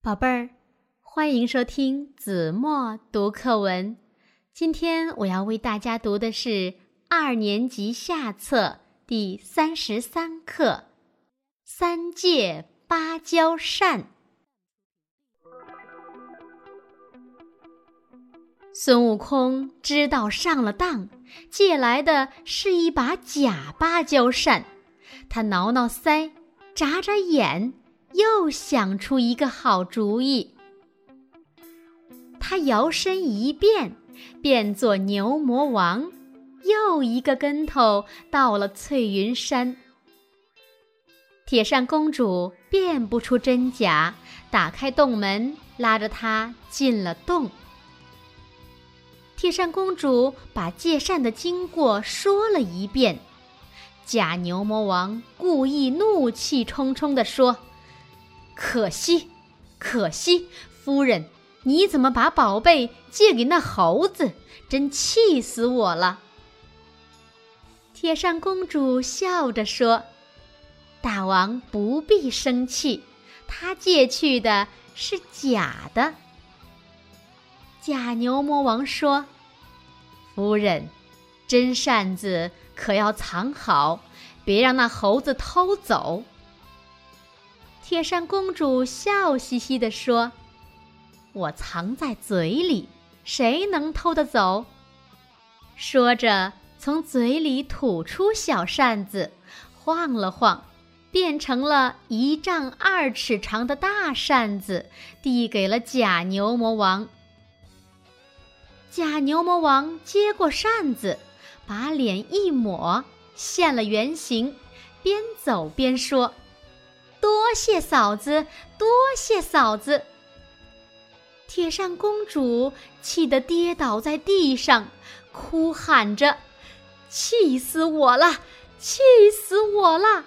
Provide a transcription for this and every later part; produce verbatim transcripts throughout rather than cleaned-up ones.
宝贝儿，欢迎收听子墨读课文。今天我要为大家读的是二年级下册第三十三课《三借芭蕉扇》。孙悟空知道上了当，借来的是一把假芭蕉扇。他挠挠腮，眨眨眼，又想出一个好主意。他摇身一变，变作牛魔王，又一个跟头到了翠云山。铁扇公主辨不出真假，打开洞门，拉着他进了洞。铁扇公主把借扇的经过说了一遍。假牛魔王故意怒气冲冲地说：可惜，可惜，夫人，你怎么把宝贝借给那猴子？真气死我了。铁扇公主笑着说：大王不必生气，他借去的是假的。假牛魔王说：夫人，真扇子可要藏好，别让那猴子偷走。铁扇公主笑嘻嘻地说：我藏在嘴里，谁能偷得走？说着，从嘴里吐出小扇子，晃了晃，变成了一丈二尺长的大扇子，递给了假牛魔王。假牛魔王接过扇子，把脸一抹，现了原形，边走边说：多谢嫂子，多谢嫂子。铁扇公主气得跌倒在地上，哭喊着：气死我了，气死我了。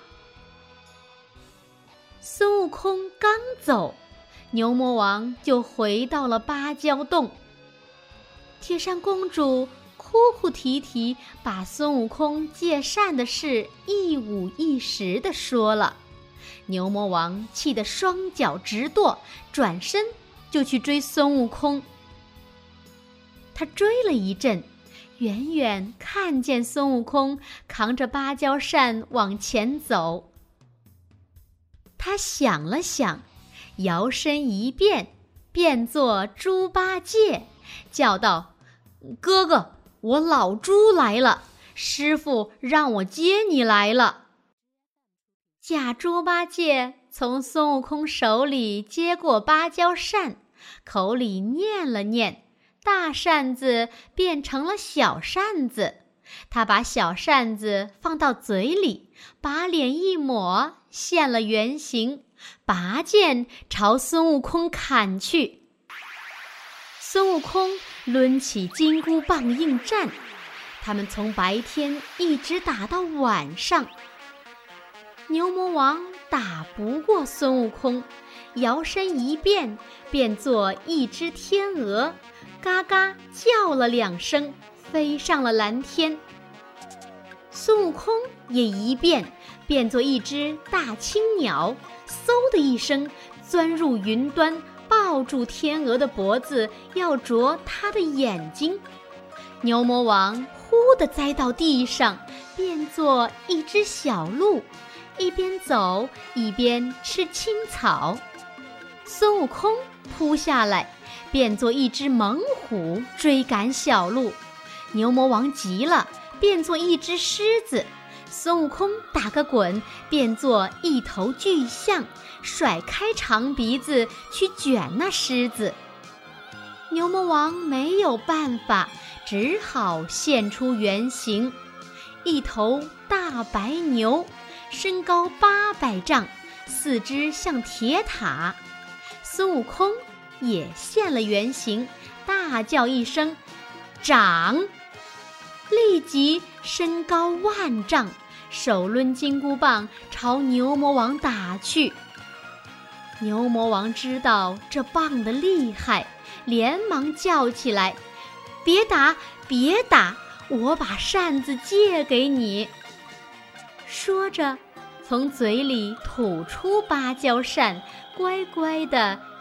孙悟空刚走，牛魔王就回到了芭蕉洞。铁扇公主哭哭啼啼，把孙悟空借扇的事一五一十地说了。牛魔王气得双脚直跺，转身就去追孙悟空。他追了一阵，远远看见孙悟空扛着芭蕉扇往前走。他想了想，摇身一变，变作猪八戒，叫道：哥哥，我老猪来了，师傅让我接你来了。假猪八戒从孙悟空手里接过芭蕉扇，口里念了念，大扇子变成了小扇子。他把小扇子放到嘴里，把脸一抹，现了原形，拔剑朝孙悟空砍去。孙悟空抡起金箍棒应战，他们从白天一直打到晚上。牛魔王打不过孙悟空，摇身一变，变作一只天鹅，嘎嘎叫了两声，飞上了蓝天。孙悟空也一变，变作一只大青鸟，嗖的一声钻入云端，抱住天鹅的脖子，要啄它的眼睛。牛魔王忽地栽到地上，变作一只小鹿，一边走一边吃青草。孙悟空扑下来，变作一只猛虎，追赶小鹿。牛魔王急了，变作一只狮子。孙悟空打个滚，变作一头巨象，甩开长鼻子去卷那狮子。牛魔王没有办法，只好现出原形，一头大白牛，身高八百丈，四肢像铁塔。孙悟空也现了原形，大叫一声长，立即身高万丈，手抡金箍棒朝牛魔王打去。牛魔王知道这棒的厉害，连忙叫起来：别打，别打，我把扇子借给你。说着，从嘴里吐出芭蕉扇，乖乖地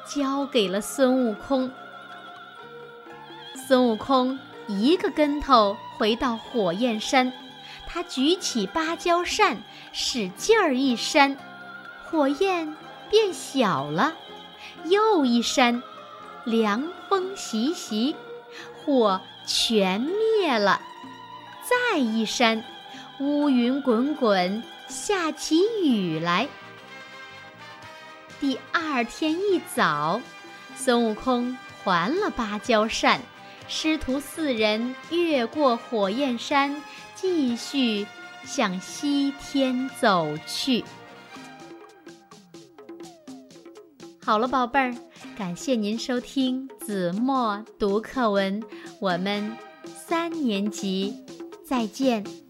交给了孙悟空。孙悟空一个跟头回到火焰山，他举起芭蕉扇，使劲儿一扇，火焰变小了，又一扇，凉风习习，火全灭了。再一扇，乌云滚滚，下起雨来。第二天一早，孙悟空还了芭蕉扇，师徒四人越过火焰山，继续向西天走去。好了，宝贝儿，感谢您收听子墨读课文，我们三年级再见。